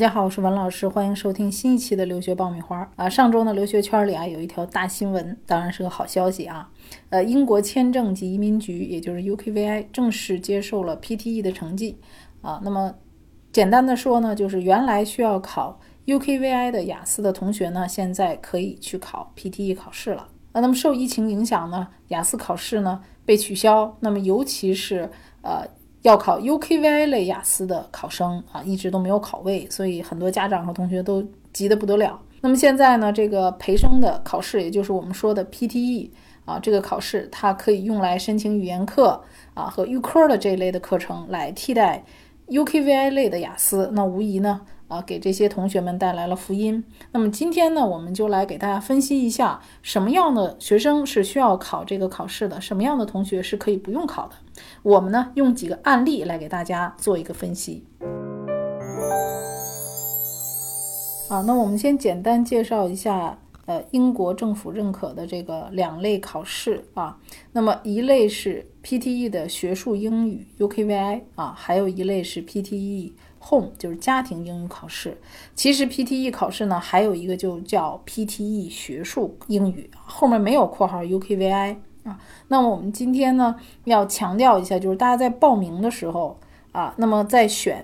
大家好，我是文老师，欢迎收听新一期的留学爆米花上周呢，留学圈里有一条大新闻，当然是个好消息英国签证及移民局，也就是 UKVI 正式接受了 PTE 的成绩那么简单的说呢，就是原来需要考 UKVI 的雅思的同学呢，现在可以去考 PTE 考试了那么受疫情影响呢，雅思考试呢被取消，那么尤其是要考 UKVI 类雅思的考生一直都没有考位，所以很多家长和同学都急得不得了。那么现在呢，这个培生的考试，也就是我们说的 PTE 这个考试，它可以用来申请语言课和预科的这一类的课程，来替代 UKVI 类的雅思。那无疑呢给这些同学们带来了福音。那么今天呢，我们就来给大家分析一下，什么样的学生是需要考这个考试的，什么样的同学是可以不用考的。我们呢用几个案例来给大家做一个分析那我们先简单介绍一下英国政府认可的这个两类考试那么一类是 PTE 的学术英语 UKVI 还有一类是 PTE Home 就是家庭英语考试。其实 PTE 考试呢还有一个就叫 PTE 学术英语，后面没有括号 UKVI那么我们今天呢要强调一下，就是大家在报名的时候那么在选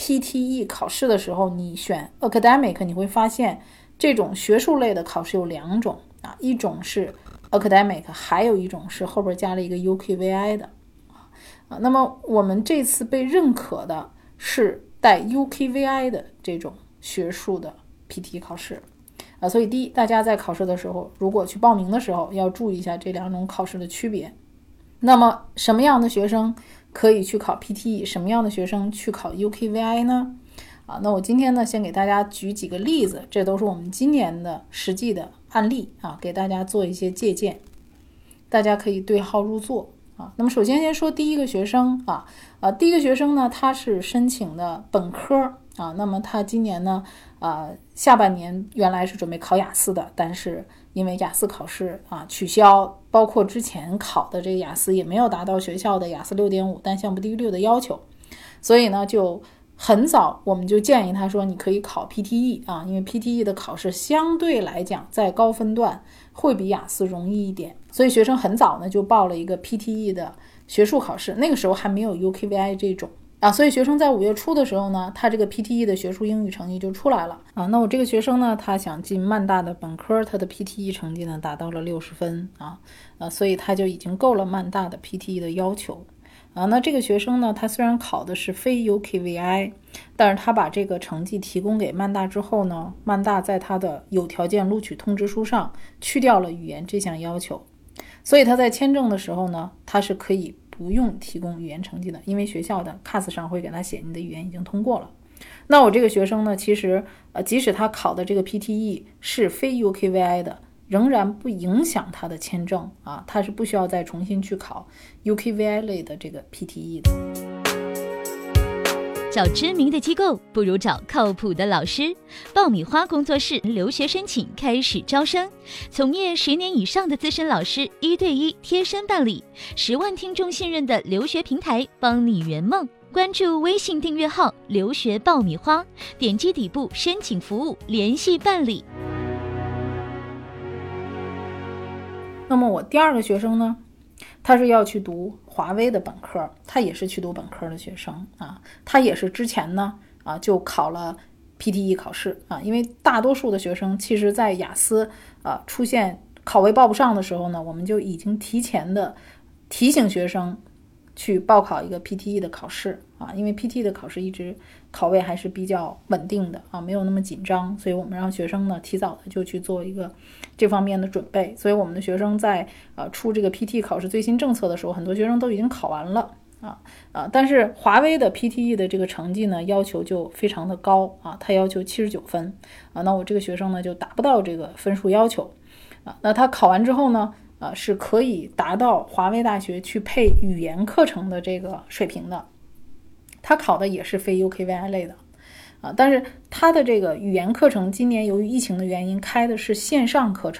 PTE 考试的时候，你选 Academic 你会发现这种学术类的考试有两种一种是 Academic， 还有一种是后边加了一个 UKVI 的那么我们这次被认可的是带 UKVI 的这种学术的 PTE 考试所以第一，大家在考试的时候，如果去报名的时候要注意一下这两种考试的区别。那么什么样的学生可以去考 PTE， 什么样的学生去考 UKVI 呢那我今天呢先给大家举几个例子，这都是我们今年的实际的案例给大家做一些借鉴，大家可以对号入座那么首先说第一个学生第一个学生呢，他是申请的本科那么他今年呢下半年原来是准备考雅思的，但是因为雅思考试取消，包括之前考的这个雅思也没有达到学校的雅思 6.5 单项不低于6的要求，所以呢就很早我们就建议他说你可以考 PTE 因为 PTE 的考试相对来讲在高分段会比雅思容易一点，所以学生很早呢就报了一个 PTE 的学术考试，那个时候还没有 UKVI 这种所以学生在5月初的时候呢，他这个 PTE 的学术英语成绩就出来了那我这个学生呢，他想进曼大的本科，他的 PTE 成绩呢达到了60分所以他就已经够了曼大的 PTE 的要求那这个学生呢，他虽然考的是非 UKVI， 但是他把这个成绩提供给曼大之后呢，曼大在他的有条件录取通知书上去掉了语言这项要求，所以他在签证的时候呢，他是可以不用提供语言成绩的，因为学校的 CAS 上会给他写你的语言已经通过了。那我这个学生呢，其实即使他考的这个 PTE 是非 UKVI 的，仍然不影响他的签证他是不需要再重新去考 UKVI 类的这个 PTE 的。 找知名的机构不如找靠谱的老师。爆米花工作室留学申请开始招生，从业10年以上的资深老师1对1贴身办理，10万听众信任的留学平台，帮你圆梦。关注微信订阅号留学爆米花，点击底部申请服务联系办理。 那么我第二个学生呢，他是要去读华威的本科，他也是去读本科的学生他也是之前呢就考了 PTE 考试因为大多数的学生其实在雅思出现考位报不上的时候呢，我们就已经提前的提醒学生去报考一个 PTE 的考试因为 PTE 的考试一直考位还是比较稳定的没有那么紧张，所以我们让学生呢提早的就去做一个这方面的准备，所以我们的学生在出这个 PTE 考试最新政策的时候，很多学生都已经考完了但是华威的 PTE 的这个成绩呢要求就非常的高他要求79分那我这个学生呢就达不到这个分数要求那他考完之后呢是可以达到华威大学去配语言课程的这个水平的，他考的也是非 UKVI 类的但是他的这个语言课程今年由于疫情的原因开的是线上课程，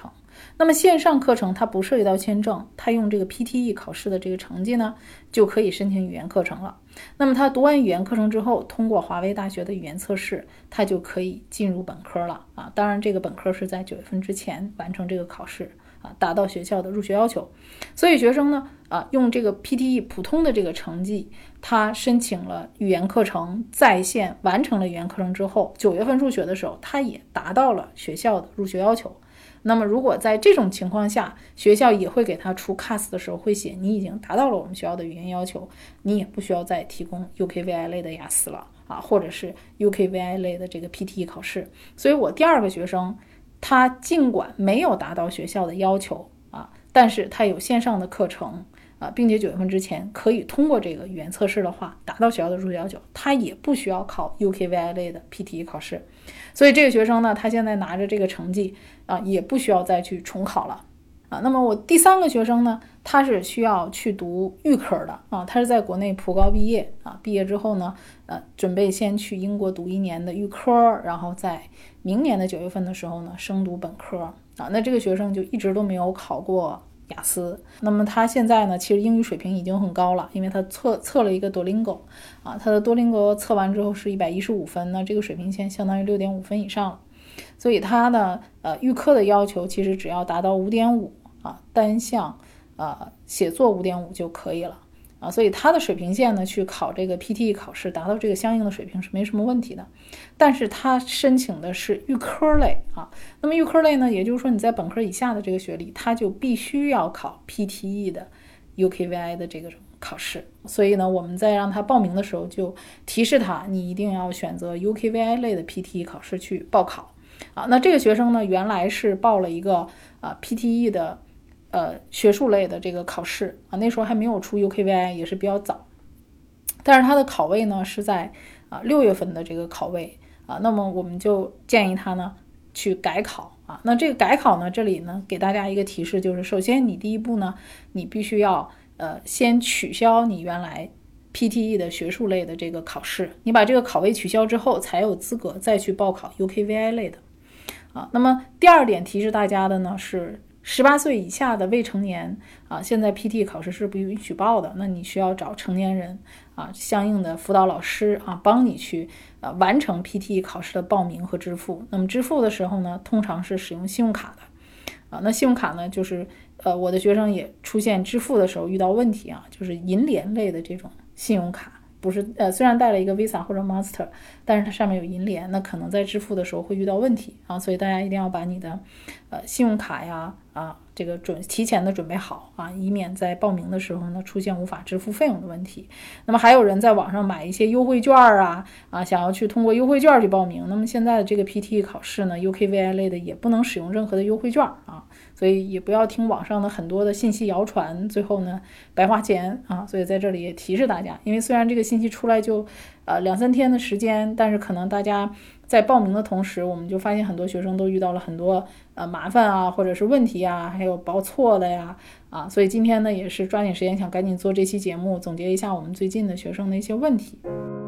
那么线上课程它不涉及到签证，它用这个 PTE 考试的这个成绩呢，就可以申请语言课程了。那么他读完语言课程之后，通过华威大学的语言测试，他就可以进入本科了啊。当然，这个本科是在9月份之前完成这个考试啊，达到学校的入学要求。所以学生呢，用这个 PTE 普通的这个成绩，他申请了语言课程，在线完成了语言课程之后，9月份入学的时候，他也达到了学校的入学要求。那么如果在这种情况下，学校也会给他出 CAS 的时候会写你已经达到了我们学校的语言要求，你也不需要再提供 UKVI 类的雅思了啊，或者是 UKVI 类的这个 PTE 考试。所以我第二个学生，他尽管没有达到学校的要求啊，但是他有线上的课程啊，并且9月份之前可以通过这个语言测试的话，达到学校的入学要求，他也不需要考 UKVI 类的 PTE 考试。所以这个学生呢，他现在拿着这个成绩啊，也不需要再去重考了啊。那么我第三个学生呢，他是需要去读预科的啊，他是在国内普高毕业啊，毕业之后呢，准备先去英国读1年的预科，然后在明年的9月份的时候呢，升读本科啊。那这个学生就一直都没有考过雅思，那么他现在呢，其实英语水平已经很高了，因为他测了一个多邻国啊，他的多邻国测完之后是115分，那这个水平线相当于6.5分以上了，所以他的预科的要求其实只要达到5.5啊，单项写作5.5就可以了啊，所以他的水平线呢，去考这个 PTE 考试达到这个相应的水平是没什么问题的。但是他申请的是预科类啊，那么预科类呢，也就是说你在本科以下的这个学历，他就必须要考 PTE 的 UKVI 的这个考试。所以呢，我们在让他报名的时候就提示他，你一定要选择 UKVI 类的 PTE 考试去报考啊。那这个学生呢，原来是报了一个PTE 的学术类的这个考试啊，那时候还没有出 UKVI， 也是比较早，但是他的考位呢是在6月份的这个考位啊，那么我们就建议他呢去改考啊。那这个改考呢，这里呢给大家一个提示，就是首先你第一步呢，你必须要先取消你原来 PTE 的学术类的这个考试，你把这个考位取消之后，才有资格再去报考 UKVI 类的啊。那么第二点提示大家的呢是，18岁以下的未成年啊，现在 PTE 考试是不允许报的，那你需要找成年人啊，相应的辅导老师啊，帮你去完成 PTE 考试的报名和支付。那么支付的时候呢，通常是使用信用卡的啊。那信用卡呢，就是我的学生也出现支付的时候遇到问题啊，就是银联类的这种信用卡。不是虽然带了一个 Visa 或者 Master， 但是它上面有银联，那可能在支付的时候会遇到问题啊，所以大家一定要把你的信用卡呀这个提前的准备好啊，以免在报名的时候呢出现无法支付费用的问题。那么还有人在网上买一些优惠券想要去通过优惠券去报名，那么现在的这个 PTE 考试呢 UKVI 类的也不能使用任何的优惠券啊，所以也不要听网上的很多的信息谣传，最后呢白花钱啊。所以在这里也提示大家，因为虽然这个信息出来就2-3天的时间，但是可能大家在报名的同时，我们就发现很多学生都遇到了很多麻烦啊，或者是问题啊，还有报错的呀所以今天呢也是抓紧时间想赶紧做这期节目，总结一下我们最近的学生的一些问题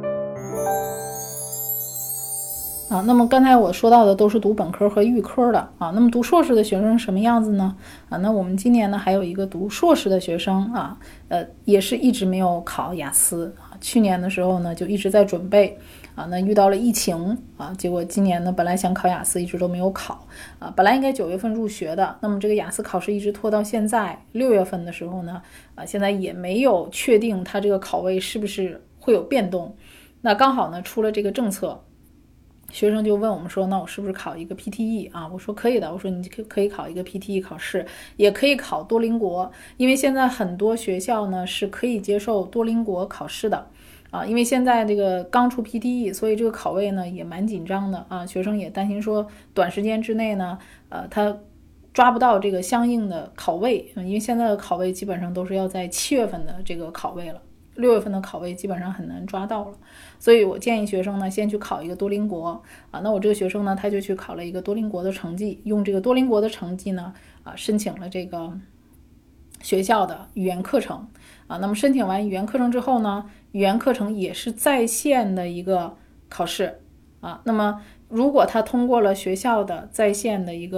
那么刚才我说到的都是读本科和预科的那么读硕士的学生什么样子呢那我们今年呢还有一个读硕士的学生也是一直没有考雅思去年的时候呢就一直在准备那遇到了疫情结果今年呢本来想考雅思一直都没有考本来应该9月份入学的，那么这个雅思考试一直拖到现在6月份的时候呢现在也没有确定他这个考位是不是会有变动。那刚好呢出了这个政策，学生就问我们说，那我是不是考一个 PTE 我说可以的，我说你可以考一个 PTE 考试，也可以考多邻国，因为现在很多学校呢是可以接受多邻国考试的因为现在这个刚出 PTE， 所以这个考位呢也蛮紧张的学生也担心说短时间之内呢他抓不到这个相应的考位，因为现在的考位基本上都是要在7月份的这个考位了，6月份的考位基本上很难抓到了，所以我建议学生呢先去考一个多邻国那我这个学生呢他就去考了一个多邻国的成绩，用这个多邻国的成绩呢申请了这个学校的语言课程那么申请完语言课程之后呢，语言课程也是在线的一个考试那么如果他通过了学校的在线的一个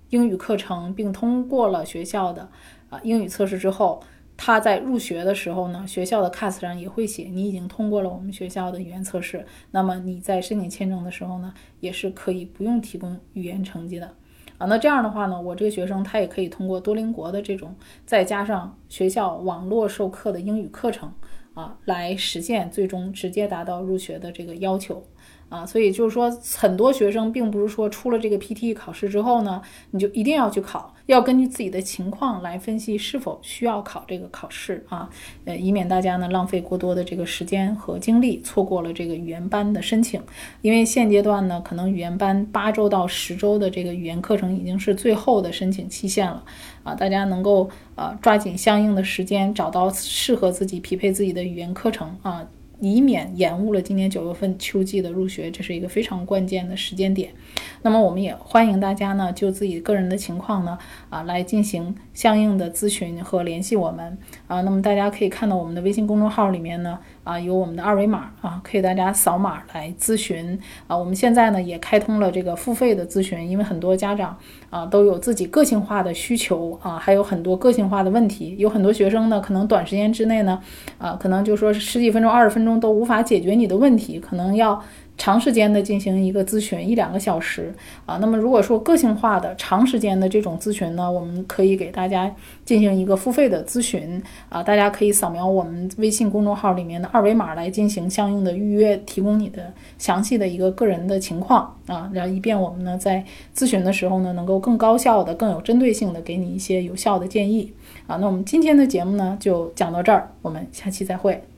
英语课程，并通过了学校的英语测试之后，他在入学的时候呢，学校的 CAS 上也会写你已经通过了我们学校的语言测试，那么你在申请签证的时候呢，也是可以不用提供语言成绩的。那这样的话呢，我这个学生他也可以通过多邻国的这种，再加上学校网络授课的英语课程来实现最终直接达到入学的这个要求。所以就是说，很多学生并不是说出了这个 PTE 考试之后呢，你就一定要去考，要根据自己的情况来分析是否需要考这个考试以免大家呢浪费过多的这个时间和精力，错过了这个语言班的申请。因为现阶段呢，可能语言班8周到10周的这个语言课程已经是最后的申请期限了大家能够抓紧相应的时间，找到适合自己、匹配自己的语言课程以免延误了今年9月份秋季的入学，这是一个非常关键的时间点。那么我们也欢迎大家呢就自己个人的情况呢来进行相应的咨询和联系我们那么大家可以看到我们的微信公众号里面呢有我们的二维码可以大家扫码来咨询我们现在呢也开通了这个付费的咨询，因为很多家长都有自己个性化的需求还有很多个性化的问题，有很多学生呢可能短时间之内呢可能就说10几分钟20分钟都无法解决你的问题，可能要长时间的进行一个咨询1-2个小时那么如果说个性化的长时间的这种咨询呢，我们可以给大家进行一个付费的咨询大家可以扫描我们微信公众号里面的二维码来进行相应的预约，提供你的详细的一个个人的情况然后以便我们呢在咨询的时候呢能够更高效的、更有针对性的给你一些有效的建议那我们今天的节目呢就讲到这儿，我们下期再会。